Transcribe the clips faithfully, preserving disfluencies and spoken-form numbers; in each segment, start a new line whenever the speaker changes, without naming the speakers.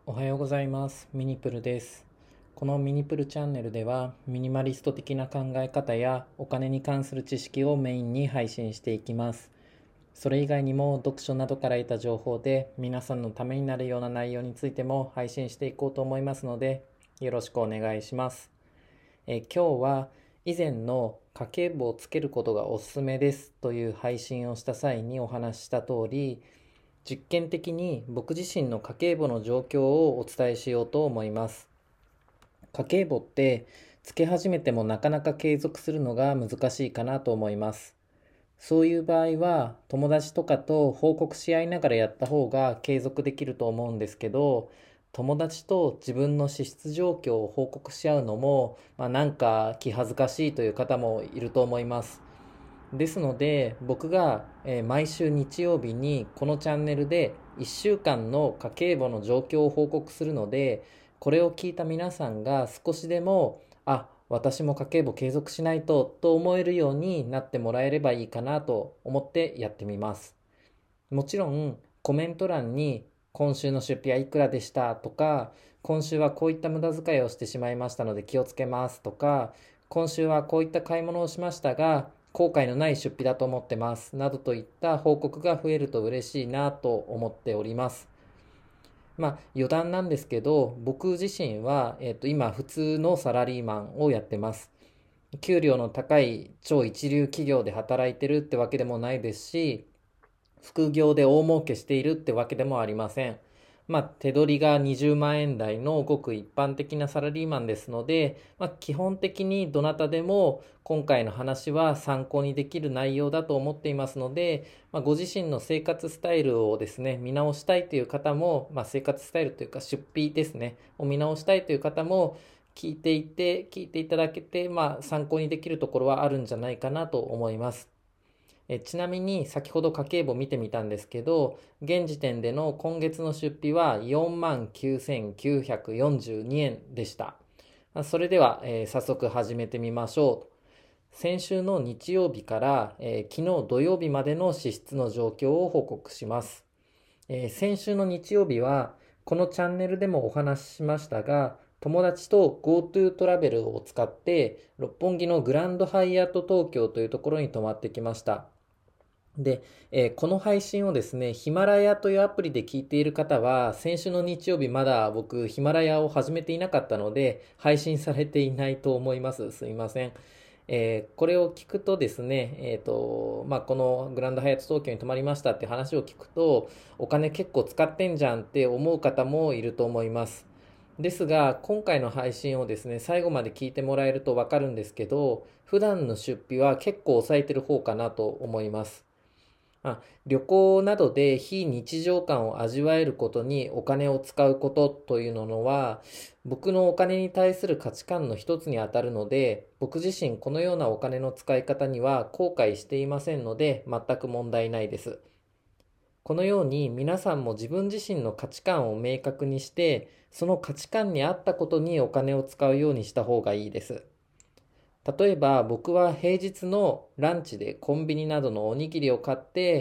おはようございます。ミニプルです。このミニプルチャンネルでは、ミニマリスト的な考え方やお金に関する知識をメインに配信していきます。それ以外にも読書などから得た情報で皆さんのためになるような内容についても配信していこうと思いますので、よろしくお願いします。え今日は以前の家計簿をつけることがおすすめですという配信をした際にお話しした通り、実験的に僕自身の家計簿の状況をお伝えしようと思います。家計簿ってつけ始めてもなかなか継続するのが難しいかなと思います。そういう場合は友達とかと報告し合いながらやった方が継続できると思うんですけど、友達と自分の支出状況を報告し合うのも、まあ、なんか気恥ずかしいという方もいると思います。ですので僕が、えー毎週日曜日にこのチャンネルでいっしゅうかんの家計簿の状況を報告するので、これを聞いた皆さんが少しでもあ私も家計簿継続しないとと思えるようになってもらえればいいかなと思ってやってみます。もちろんコメント欄に今週の出費はいくらでしたとか、今週はこういった無駄遣いをしてしまいましたので気をつけますとか、今週はこういった買い物をしましたが後悔のない出費だと思ってますなどといった報告が増えると嬉しいなと思っております。まあ余談なんですけど、僕自身は、えっと、今普通のサラリーマンをやってます。給料の高い超一流企業で働いてるってわけでもないですし、副業で大儲けしているってわけでもありません。まあ、手取りがにじゅうまん円台のごく一般的なサラリーマンですので、まあ、基本的にどなたでも今回の話は参考にできる内容だと思っていますので、まあ、ご自身の生活スタイルをですね、見直したいという方も、まあ、生活スタイルというか出費ですね、を見直したいという方も、聞いていて、聞いていただけて、まあ、参考にできるところはあるんじゃないかなと思います。えちなみに先ほど家計簿見てみたんですけど、現時点での今月の出費はよんまんきゅうせんきゅうひゃくよんじゅうにえんでした。それでは、えー早速始めてみましょう。先週の日曜日から、えー昨日土曜日までの支出の状況を報告します。えー先週の日曜日はこのチャンネルでもお話ししましたが、友達と GoTo トラベルを使って六本木のグランドハイアット東京というところに泊まってきました。で、えーこの配信をですね、ヒマラヤというアプリで聞いている方は、先週の日曜日まだ僕、ヒマラヤを始めていなかったので、配信されていないと思います。すいません。えーこれを聞くとですね、えっと、まあ、このグランドハイアット東京に泊まりましたって話を聞くと、お金結構使ってんじゃんって思う方もいると思います。ですが、今回の配信をですね、最後まで聞いてもらえるとわかるんですけど、普段の出費は結構抑えてる方かなと思います。あ、旅行などで非日常感を味わえることにお金を使うことというのは、僕のお金に対する価値観の一つにあたるので、僕自身このようなお金の使い方には後悔していませんので、全く問題ないです。このように皆さんも自分自身の価値観を明確にして、その価値観に合ったことにお金を使うようにした方がいいです。例えば僕は平日のランチでコンビニなどのおにぎりを買って、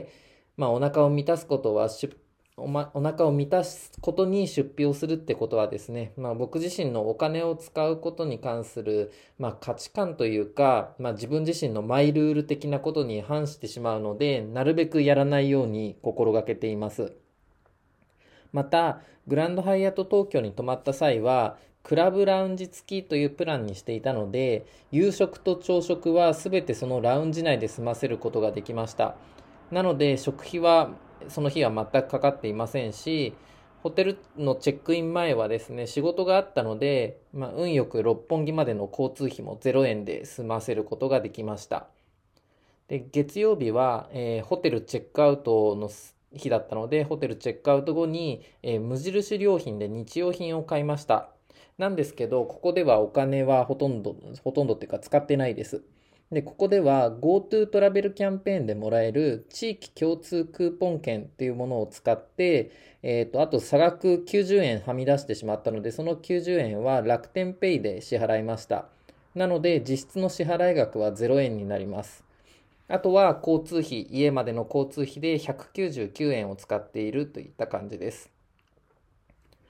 まあ、お腹を満たすことは出おま、お腹を満たすことに出費をするってことはですね、まあ、僕自身のお金を使うことに関する、まあ、価値観というか、まあ、自分自身のマイルール的なことに反してしまうので、なるべくやらないように心がけています。また、グランドハイアット東京に泊まった際は、クラブラウンジ付きというプランにしていたので、夕食と朝食はすべてそのラウンジ内で済ませることができました。なので、食費はその日は全くかかっていませんし、ホテルのチェックイン前はですね、仕事があったので、まあ、運よく六本木までの交通費もゼロえんで済ませることができました。で、月曜日は、えーホテルチェックアウトの日だったので、ホテルチェックアウト後に、えー無印良品で日用品を買いました。なんですけど、ここではお金はほとんど、ほとんどっていうか使ってないです。で、ここでは GoTo トラベルキャンペーンでもらえる地域共通クーポン券っていうものを使って、えっと、あと差額きゅうじゅうえんはみ出してしまったので、そのきゅうじゅうえんは楽天ペイで支払いました。なので、実質の支払い額はゼロえんになります。あとは交通費、家までの交通費でひゃくきゅうじゅうきゅうえんを使っているといった感じです。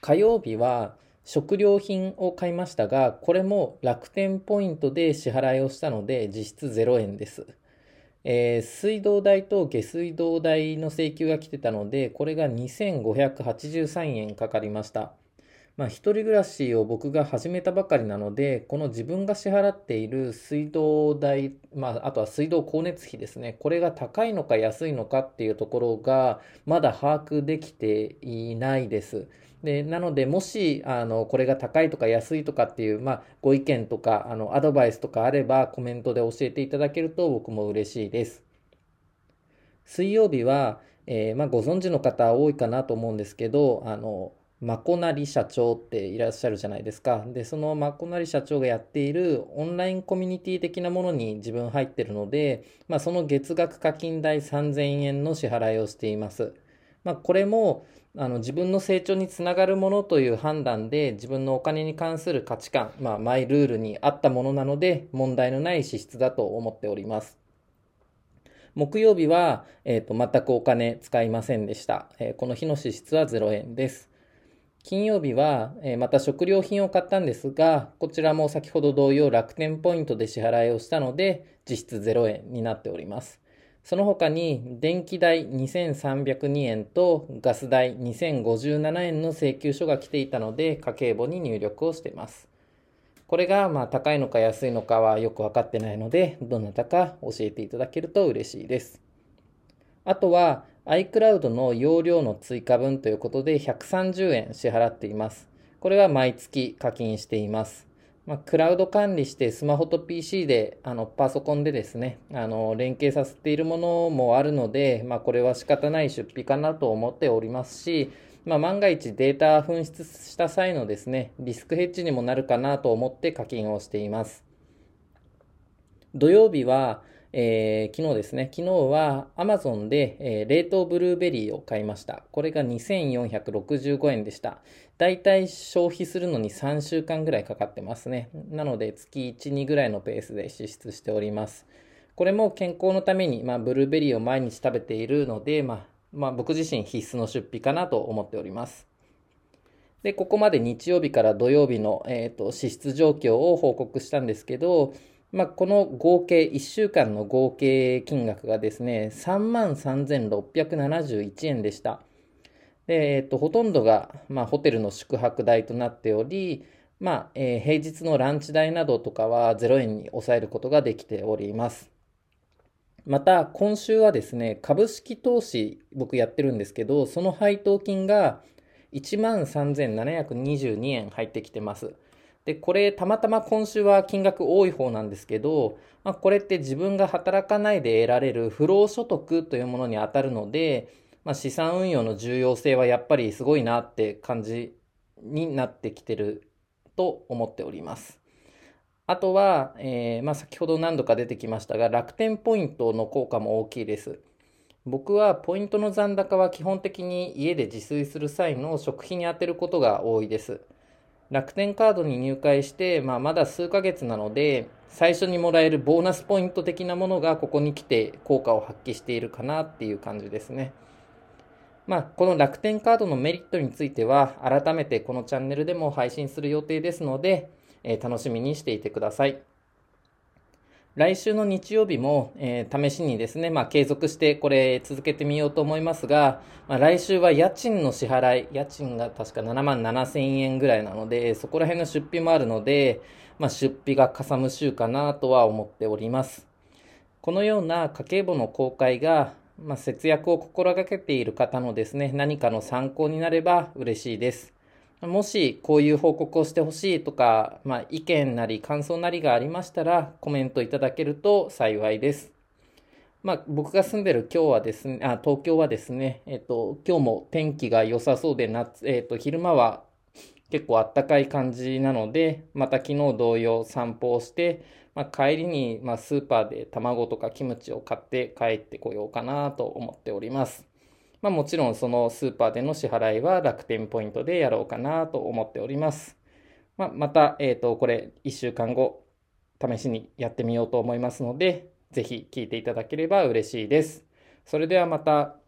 火曜日は食料品を買いましたが、これも楽天ポイントで支払いをしたので実質ゼロえんです。えー水道代と下水道代の請求が来てたので、これがにせんごひゃくはちじゅうさんえんかかりました。まあ、一人暮らしを僕が始めたばかりなので、この自分が支払っている水道代、まあ、あとは水道光熱費ですね。これが高いのか安いのかっていうところが、まだ把握できていないです。で、なので、もし、あの、これが高いとか安いとかっていう、まあ、ご意見とか、あの、アドバイスとかあれば、コメントで教えていただけると僕も嬉しいです。水曜日は、えーまあ、ご存知の方多いかなと思うんですけど、あの、まこなり社長っていらっしゃるじゃないですか。で、そのまこなり社長がやっているオンラインコミュニティ的なものに自分入ってるので、まあ、その月額課金代さんぜんえんの支払いをしています。まあ、これもあの自分の成長につながるものという判断で自分のお金に関する価値観、まあ、マイルールに合ったものなので問題のない支出だと思っております。木曜日は、えーと、全くお金使いませんでした。えーこの日の支出はゼロえんです。金曜日は、えーまた食料品を買ったんですが、こちらも先ほど同様楽天ポイントで支払いをしたので、実質ゼロえんになっております。その他に電気代にせんさんびゃくにえんとガス代にせんごじゅうななえんの請求書が来ていたので、家計簿に入力をしています。これがまあ高いのか安いのかはよく分かってないので、どなたか教えていただけると嬉しいです。あとは iCloud の容量の追加分ということでひゃくさんじゅうえん支払っています。これは毎月課金しています。まあ、クラウド管理してスマホと ピーシー で、あのパソコンでですね、あの連携させているものもあるので、まあ、これは仕方ない出費かなと思っておりますし、まあ、万が一データ紛失した際のですね、リスクヘッジにもなるかなと思って課金をしています。土曜日は、えー昨日ですね、昨日は Amazon で、えー冷凍ブルーベリーを買いました。これがにせんよんひゃくろくじゅうごえんでした。だいたい消費するのにさんしゅうかんぐらいかかってますね。なので月いち、にぐらいのペースで支出しております。これも健康のために、まあ、ブルーベリーを毎日食べているので、まあ、まあ、僕自身必須の出費かなと思っております。で、ここまで日曜日から土曜日の、えーと、支出状況を報告したんですけど、まあ、この合計、いっしゅうかんの合計金額がですね、さんまんさんぜんろっぴゃくななじゅういちえんでした。で、えっと、ほとんどが、まあ、ホテルの宿泊代となっており、まあ、えー平日のランチ代などとかはゼロえんに抑えることができております。また、今週はですね、株式投資、僕やってるんですけど、その配当金がいちまんさんぜんななひゃくにじゅうにえん入ってきてます。で、これ、たまたま今週は金額多い方なんですけど、まあ、これって自分が働かないで得られる不労所得というものに当たるので、まあ、資産運用の重要性はやっぱりすごいなって感じになってきてると思っております。あとは、えーまあ、先ほど何度か出てきましたが、楽天ポイントの効果も大きいです。僕はポイントの残高は基本的に家で自炊する際の食費に充てることが多いです。楽天カードに入会して、まあ、まだ数ヶ月なので、最初にもらえるボーナスポイント的なものがここに来て効果を発揮しているかなっていう感じですね。まあ、この楽天カードのメリットについては、改めてこのチャンネルでも配信する予定ですので、えー楽しみにしていてください。来週の日曜日も、えー試しにですね、まあ、継続してこれ続けてみようと思いますが、まあ、来週は家賃の支払い、家賃が確かななまんななせんえんぐらいなので、そこら辺の出費もあるので、まあ、出費がかさむ週かなとは思っております。このような家計簿の公開が、まあ、節約を心がけている方のですね、何かの参考になれば嬉しいです。もしこういう報告をしてほしいとか、まあ、意見なり感想なりがありましたらコメントいただけると幸いです。まあ、僕が住んでる今日はですね、あ、東京はですね、えっと、今日も天気が良さそうで夏、えっと、昼間は結構あったかい感じなので、また昨日同様散歩をして、まあ、帰りにまあスーパーで卵とかキムチを買って帰ってこようかなと思っております。まあ、もちろんそのスーパーでの支払いは楽天ポイントでやろうかなと思っております。まあ、また、えっと、これいっしゅうかんご試しにやってみようと思いますので、ぜひ聞いていただければ嬉しいです。それではまた。